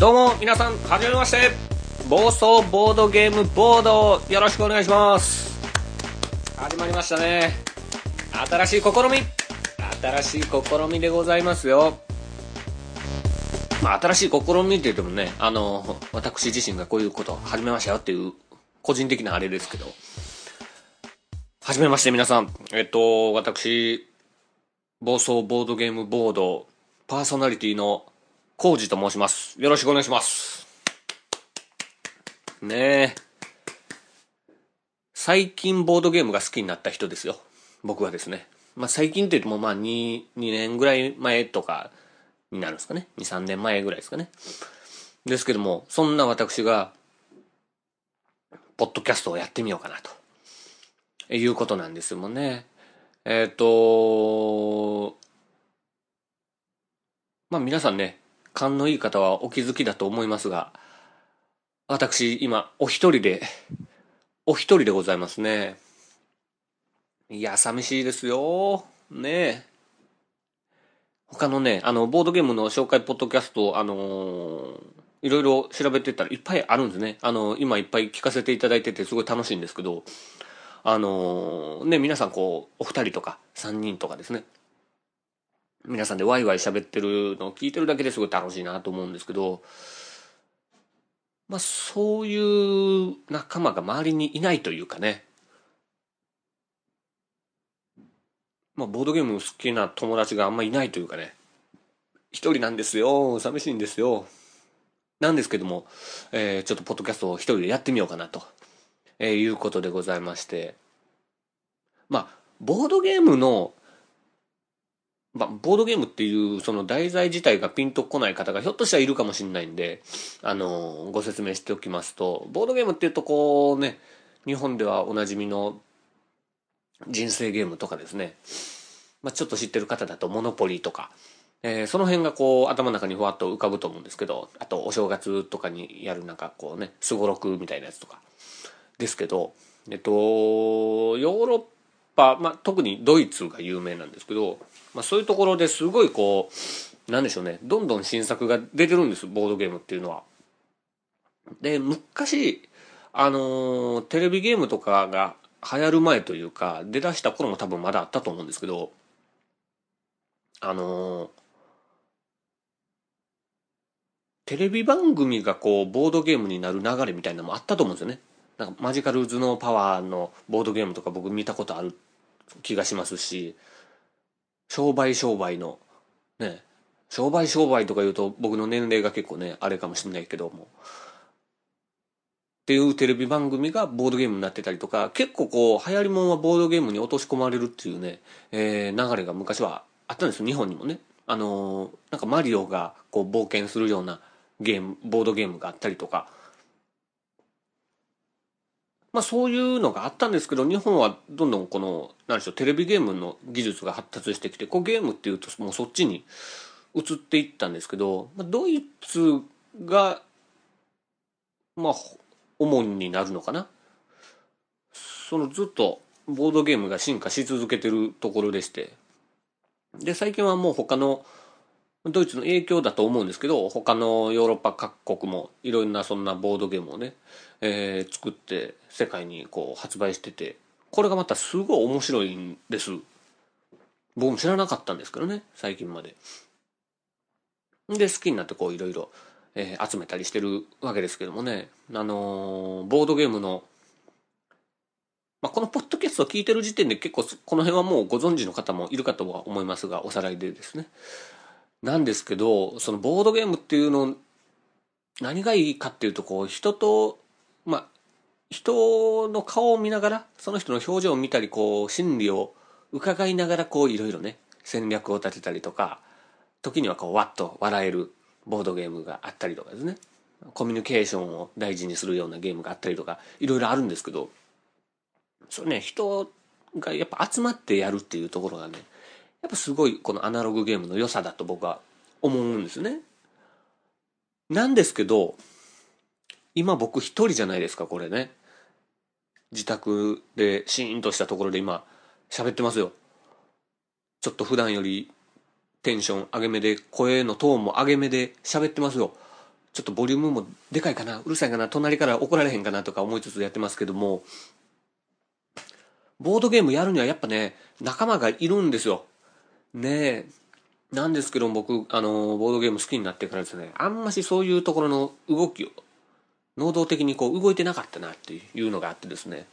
どうも皆さん、はじめまして。暴走ボードゲームボード、よろしくお願いします。始まりましたね。新しい試みでございますよ。新しい試みって言ってもね、私自身がこういうことを始めましたよっていう個人的なあれですけど、はじめまして皆さん。私暴走ボードゲームボードパーソナリティのコウジと申します。よろしくお願いしますね。最近ボードゲームが好きになった人ですよ、僕はですね。最近って言っても2年ぐらい前とかになるんですかね。2、3年前ぐらいですかね。ですけども、そんな私がポッドキャストをやってみようかなということなんですもんね。皆さんね、勘のいい方はお気づきだと思いますが、私今お一人でございますね。いや、寂しいですよね。他のね、ボードゲームの紹介ポッドキャスト、いろいろ調べてたらいっぱいあるんですね。今いっぱい聞かせていただいててすごい楽しいんですけど、皆さんお二人とか三人とかですね、皆さんでワイワイ喋ってるのを聞いてるだけですごい楽しいなと思うんですけど、そういう仲間が周りにいないというかね、ボードゲーム好きな友達があんまいないというかね、一人なんですよ。寂しいんですよ。なんですけども、ちょっとポッドキャストを一人でやってみようかなと、いうことでございまして、ボードゲームの、ボードゲームっていうその題材自体がピンとこない方がひょっとしたらいるかもしれないんで、ご説明しておきますと、ボードゲームっていうと日本ではおなじみの人生ゲームとかですね、ちょっと知ってる方だとモノポリーとか、その辺が頭の中にふわっと浮かぶと思うんですけど、あとお正月とかにやるすごろくみたいなやつとかですけど、ヨーロッパ、特にドイツが有名なんですけど、そういうところですごいなんでしょうね、どんどん新作が出てるんです、ボードゲームっていうのは。で、昔、テレビゲームとかが流行る前というか、出だした頃も多分まだあったと思うんですけど、テレビ番組がボードゲームになる流れみたいなのもあったと思うんですよね。なんかマジカル頭脳パワーのボードゲームとか僕見たことある気がしますし、商売のね、商売とか言うと僕の年齢が結構ね、あれかもしれないけども、っていうテレビ番組がボードゲームになってたりとか、結構流行りもんはボードゲームに落とし込まれるっていうね、流れが昔はあったんですよ、日本にもね。なんかマリオが冒険するようなボードゲームがあったりとか、そういうのがあったんですけど、日本はどんどんなんでしょう、テレビゲームの技術が発達してきて、ゲームっていうともうそっちに移っていったんですけど、ドイツが、主になるのかな。ずっとボードゲームが進化し続けてるところでして。で、最近はもう他の、ドイツの影響だと思うんですけど、他のヨーロッパ各国もいろんなそんなボードゲームをね、作って世界に発売してて、これがまたすごい面白いんです。僕も知らなかったんですけどね、最近まで。で、好きになっていろいろ集めたりしてるわけですけどもね、ボードゲームの、このポッドキャストを聞いてる時点で結構この辺はもうご存知の方もいるかとは思いますが、おさらいでですね。なんですけど、そのボードゲームっていうの、何がいいかっていうと、人と、人の顔を見ながら、その人の表情を見たり、心理を伺いながら、いろいろね、戦略を立てたりとか、時にはわっと笑えるボードゲームがあったりとかですね。コミュニケーションを大事にするようなゲームがあったりとか、いろいろあるんですけど、それね、人がやっぱ集まってやるっていうところがね、やっぱすごいこのアナログゲームの良さだと僕は思うんですね。なんですけど、今僕一人じゃないですか、これね。自宅でシーンとしたところで今喋ってますよ。ちょっと普段よりテンション上げめで、声のトーンも上げめで喋ってますよ。 ちょっとボリュームもでかいかな、うるさいかな、隣から怒られへんかなとか思いつつやってますけども、ボードゲームやるにはやっぱね、仲間がいるんですよ。ねえ。なんですけど僕、ボードゲーム好きになってからですね、あんましそういうところの動きを、能動的にこう動いてなかったなっていうのがあってですね、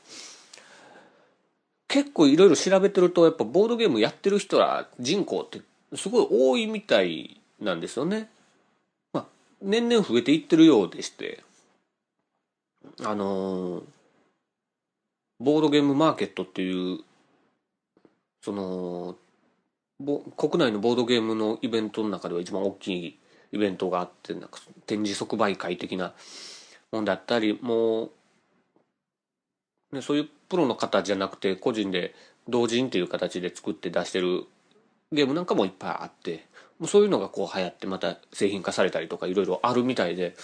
結構いろいろ調べてると、やっぱボードゲームやってる人ら人口ってすごい多いみたいなんですよね。まあ、年々増えていってるようでして、あのーボードゲームマーケットっていう、その、国内のボードゲームのイベントの中では一番大きいイベントがあって、なんか展示即売会的なもんだったり、もう、ね、そういうプロの方じゃなくて個人で同人っていう形で作って出してるゲームなんかもいっぱいあって、もうそういうのがこう流行ってまた製品化されたりとかいろいろあるみたいで、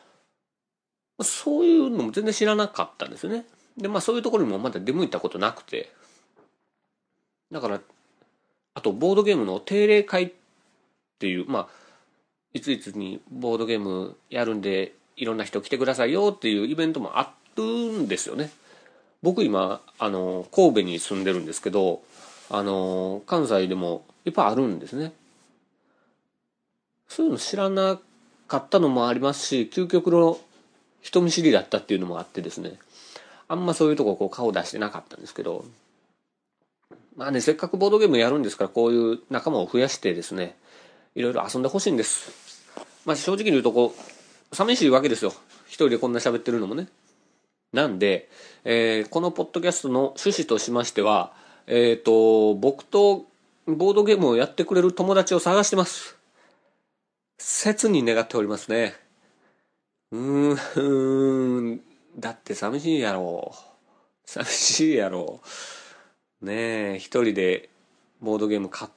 そういうのも全然知らなかったんですよね。で、まあそういうところにもまだ出向いたことなくて、だから、あとボードゲームの定例会っていう、まあ、いついつにボードゲームやるんでいろんな人来てくださいよっていうイベントもあるんですよね。僕今神戸に住んでるんですけど、関西でもいっぱいあるんですね。そういうの知らなかったのもありますし、究極の人見知りだったっていうのもあってですね、あんまそういうとここう顔出してなかったんですけど、まあね、せっかくボードゲームやるんですから、こういう仲間を増やしてですね、いろいろ遊んでほしいんです。まあ正直に言うとこう寂しいわけですよ、一人でこんな喋ってるのもね。なんで、このポッドキャストの趣旨としましては、僕とボードゲームをやってくれる友達を探してます。切に願っておりますね。だって寂しいやろ。寂しいやろ。ねえ、一人でボードゲーム買って、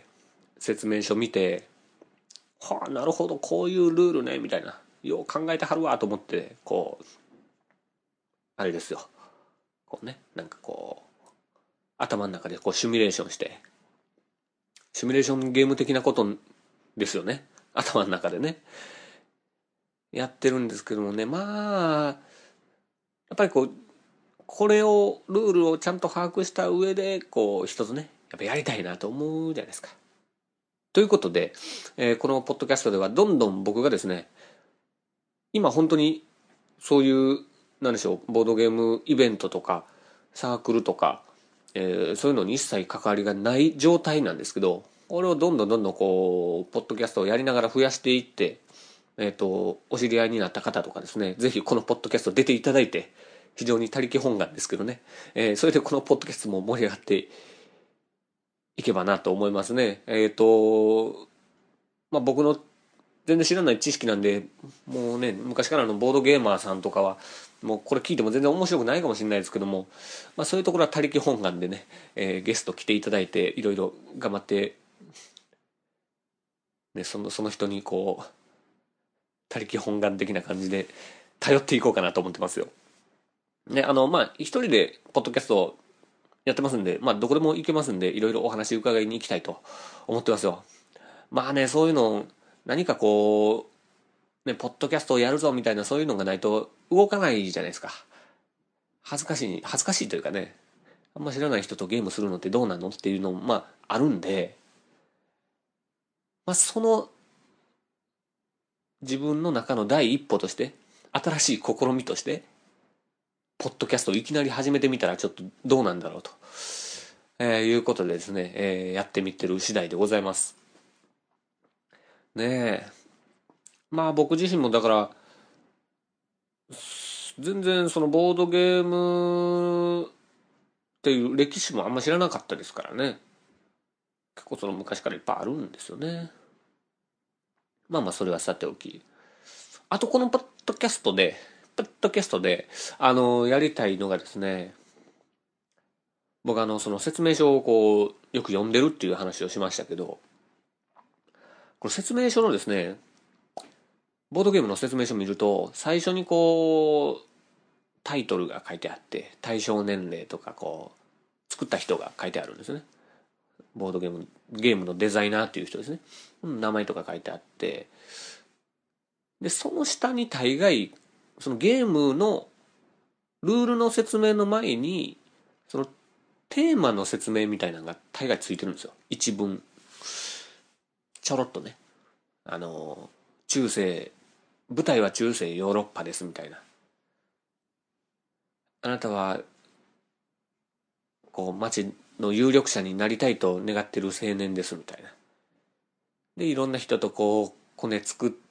説明書見て、はあ、なるほど、こういうルールね、みたいな。よう考えてはるわ、と思って、こう、あれですよ。こうね、なんかこう、頭の中でこうシミュレーションして、シミュレーションゲーム的なことですよね。頭の中でね。やってるんですけどもね、まあ、やっぱりこう、これを、ルールをちゃんと把握した上で、こう、一つね、やっぱやりたいなと思うじゃないですか。ということで、このポッドキャストではどんどん僕がですね、今本当にそういう、なんでしょう、ボードゲームイベントとか、サークルとか、そういうのに一切関わりがない状態なんですけど、これをどんどんどんどんこう、ポッドキャストをやりながら増やしていって、お知り合いになった方とかですね、ぜひこのポッドキャスト出ていただいて、非常に他力本願ですけどね、それでこのポッドキャストも盛り上がっていけばなと思いますね。まあ、僕の全然知らない知識なんで、もうね、昔からのボードゲーマーさんとかは、もうこれ聞いても全然面白くないかもしれないですけども、まあそういうところは他力本願でね、ゲスト来ていただいて、いろいろ頑張って、ね、その人にこう、他力本願的な感じで頼っていこうかなと思ってますよ。ね、まあ一人でポッドキャストやってますんで、まあどこでも行けますんで、いろいろお話伺いに行きたいと思ってますよ。まあね、そういうの、何かこう、ね、ポッドキャストをやるぞみたいなそういうのがないと動かないじゃないですか。恥ずかしいというかね、あんま知らない人とゲームするのってどうなのっていうのも、まあ、あるんで、まあ、その自分の中の第一歩として、新しい試みとして、ポッドキャストをいきなり始めてみたらちょっとどうなんだろうと、いうことでですね、やってみてる次第でございます。ねえ。まあ僕自身もだから、全然そのボードゲームっていう歴史もあんま知らなかったですからね。結構その昔からいっぱいあるんですよね。まあまあそれはさておき。あとこのポッドキャストで、やりたいのがですね、僕その説明書をこう、よく読んでるっていう話をしましたけど、この説明書のですね、ボードゲームの説明書を見ると、最初にこう、タイトルが書いてあって、対象年齢とかこう、作った人が書いてあるんですね。ボードゲームのデザイナーっていう人ですね。名前とか書いてあって、 で、その下に大概、そのゲームのルールの説明の前に、そのテーマの説明みたいなのが大概ついてるんですよ。一文。ちょろっとね。中世、舞台は中世ヨーロッパですみたいな。あなたは、こう、街の有力者になりたいと願ってる青年ですみたいな。で、いろんな人とこう、コネ作って、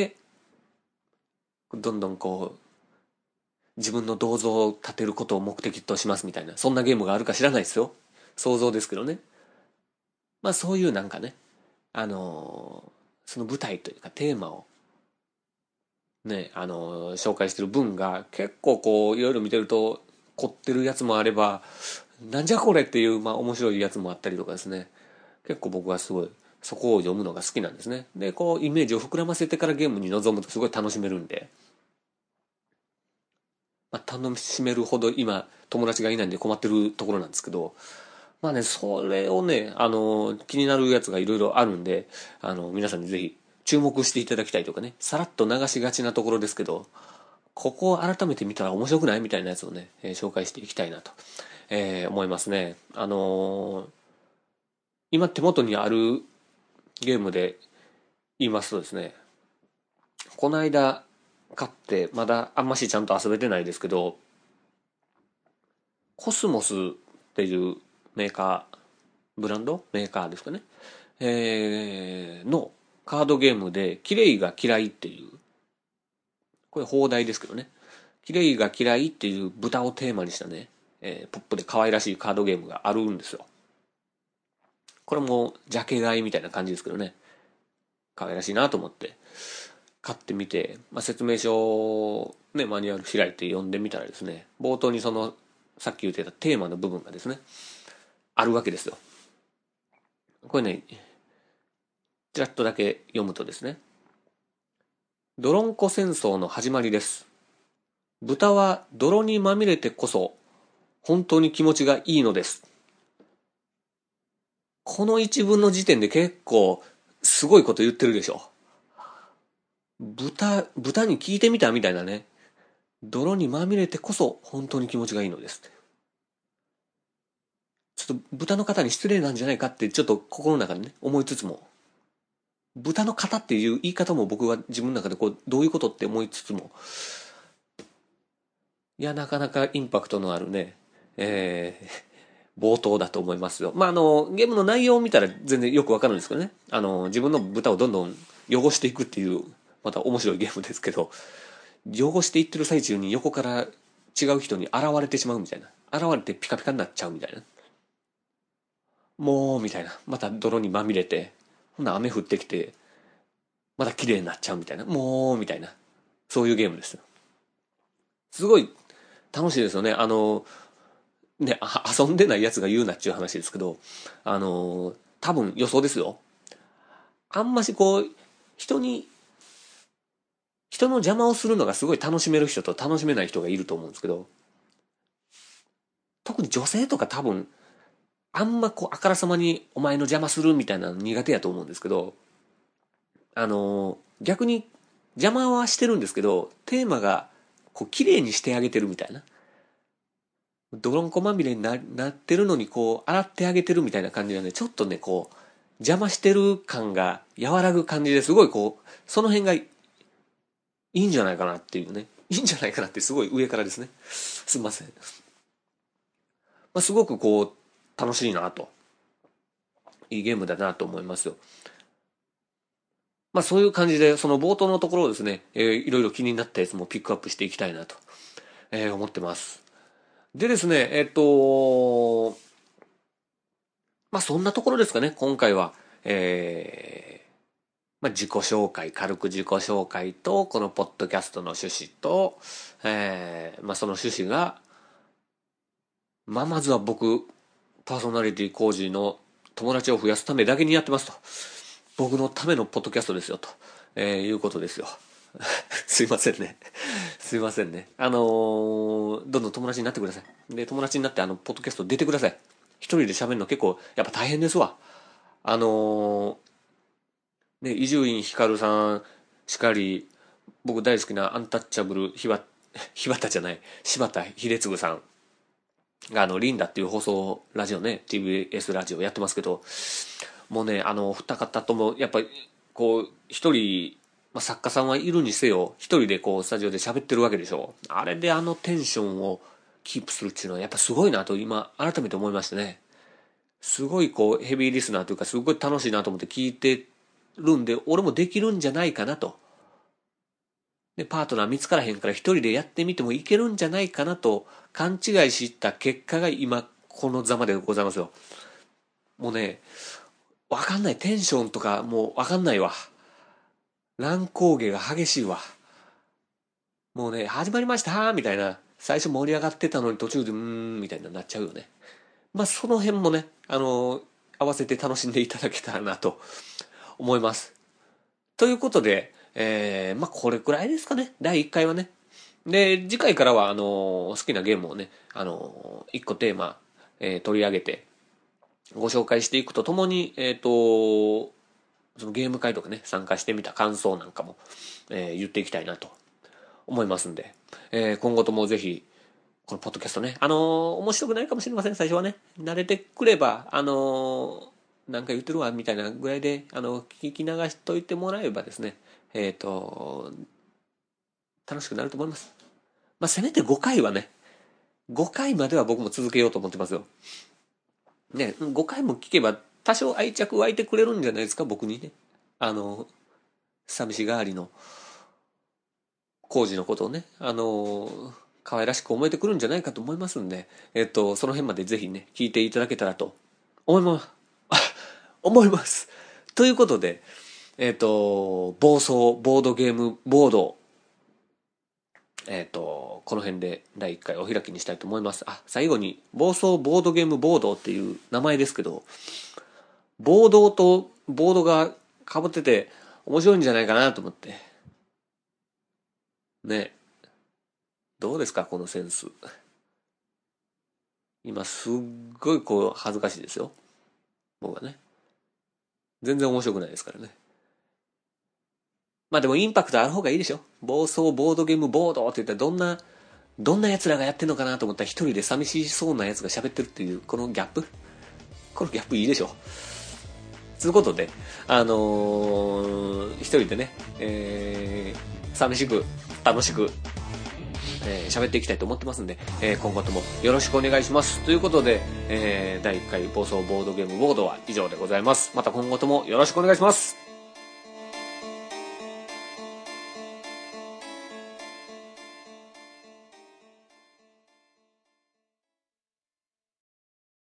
どんどんこう、自分の銅像を建てることを目的としますみたいな。そんなゲームがあるか知らないですよ。想像ですけどね。まあそういうなんかね、その舞台というかテーマをね、紹介してる文が結構こういろいろ見てると凝ってるやつもあれば、なんじゃこれっていう、まあ面白いやつもあったりとかですね。結構僕はすごいそこを読むのが好きなんですね。で、こうイメージを膨らませてからゲームに臨むとすごい楽しめるんで、まあ楽しめるほど今友達がいないんで困ってるところなんですけど、まあね、それをね、気になるやつがいろいろあるんで、皆さんにぜひ注目していただきたいとかね、さらっと流しがちなところですけど、ここを改めて見たら面白くないみたいなやつをね、紹介していきたいなと、思いますね。今手元にあるゲームで言いますとですね、この間買ってまだあんましちゃんと遊べてないですけど、コスモスっていうメーカー、ブランドメーカーですかね。のカードゲームで、キレイが嫌いっていう、これ放題ですけどね。キレイが嫌いっていう豚をテーマにしたね、ポップで可愛らしいカードゲームがあるんですよ。これもジャケ買いみたいな感じですけどね。可愛らしいなと思って買ってみて、まあ、説明書ね、マニュアル開いて読んでみたらですね、冒頭にその、さっき言ってたテーマの部分がですね、あるわけですよ。これね、ちらっとだけ読むとですね、ドロンコ戦争の始まりです。豚は泥にまみれてこそ本当に気持ちがいいのです。この一文の時点で結構すごいこと言ってるでしょ。豚に聞いてみたみたいなね。泥にまみれてこそ本当に気持ちがいいのです。ちょっと豚の方に失礼なんじゃないかってちょっと心の中でね思いつつも、豚の方っていう言い方も僕は自分の中でこうどういうことって思いつつも、いやなかなかインパクトのあるね、冒頭だと思いますよ。まあゲームの内容を見たら全然よくわかるんですけどね、自分の豚をどんどん汚していくっていうまた面白いゲームですけど、汚していってる最中に横から違う人に現れてしまうみたいな、現れてピカピカになっちゃうみたいな、もうみたいな、また泥にまみれて、ほんな雨降ってきてまた綺麗になっちゃうみたいな、もうみたいな、そういうゲームですよ。すごい楽しいですよね。ね、遊んでないやつが言うなっちゅう話ですけど、多分予想ですよ。あんましこう、人に、人の邪魔をするのがすごい楽しめる人と楽しめない人がいると思うんですけど、特に女性とか多分、あんまこう、あからさまにお前の邪魔するみたいなの苦手やと思うんですけど、逆に邪魔はしてるんですけど、テーマがこう、綺麗にしてあげてるみたいな。泥んこまみれになってるのにこう洗ってあげてるみたいな感じがね、ちょっとねこう邪魔してる感が和らぐ感じですごいこうその辺がいいんじゃないかなっていうね、いいんじゃないかなってすごい上からですね、すいません、まあ、すごくこう楽しいなと、いいゲームだなと思いますよ。まあそういう感じでその冒頭のところをですね、いろいろ気になったやつもピックアップしていきたいなと、思ってます。でですね、まあそんなところですかね、今回は。まあ、自己紹介、軽く自己紹介と、このポッドキャストの趣旨と、まあその趣旨が、まあまずは僕、パーソナリティ工事の友達を増やすためだけにやってますと。僕のためのポッドキャストですよ、と、いうことですよ。すいませんね。すいませんね。どんどん友達になってください。で、友達になって、ポッドキャスト出てください。一人で喋るの結構、やっぱ大変ですわ。ね、伊集院光さんしかり、 僕大好きなアンタッチャブルひばたじゃない、柴田秀嗣さんがリンダっていう放送ラジオね、TBS ラジオやってますけど、もうね、二方ともやっぱりこう一人、まあ、作家さんはいるにせよ一人でこうスタジオで喋ってるわけでしょ。あれでテンションをキープするっていうのはやっぱすごいなと今改めて思いましたね。すごいこうヘビーリスナーというかすごい楽しいなと思って聞いてるんで、俺もできるんじゃないかなと。でパートナー見つからへんから一人でやってみてもいけるんじゃないかなと勘違いした結果が今このざまでございますよ。もうね、わかんない。テンションとかもうわかんないわ。乱高下が激しいわ。もうね、始まりましたみたいな。最初盛り上がってたのに途中でみたいになっちゃうよね。まあその辺もね、合わせて楽しんでいただけたらなと思います。ということで、まあこれくらいですかね。第1回はね。で、次回からは好きなゲームをね、1個テーマ、取り上げてご紹介していくとともに、そのゲーム会とかね、参加してみた感想なんかも、言っていきたいなと思いますんで、今後ともぜひ、このポッドキャストね、面白くないかもしれません、最初はね。慣れてくれば、なんか言ってるわ、みたいなぐらいで、聞き流しといてもらえればですね、楽しくなると思います。まあ、せめて5回はね、5回までは僕も続けようと思ってますよ。ね、5回も聞けば、多少愛着湧いてくれるんじゃないですか、僕にね。寂しがりの工事のことをね、可愛らしく思えてくるんじゃないかと思いますんで、その辺までぜひね、聞いていただけたらと思います。思います。ということで、暴走ボードゲームボード、この辺で第1回お開きにしたいと思います。あ、最後に、暴走ボードゲームボードっていう名前ですけど、ボードとボードが被ってて面白いんじゃないかなと思って。ね。どうですか、このセンス。今すっごいこう恥ずかしいですよ。僕はね。全然面白くないですからね。まあでもインパクトある方がいいでしょ。暴走ボードゲームボードって言ったらどんな奴らがやってんのかなと思ったら一人で寂しそうな奴が喋ってるっていうこのギャップ。このギャップいいでしょ。ということで、一人でね、寂しく楽しく喋っていきたいと思ってますんで、今後ともよろしくお願いします。ということで、第1回暴走ボードゲームボードは以上でございます。また今後ともよろしくお願いします。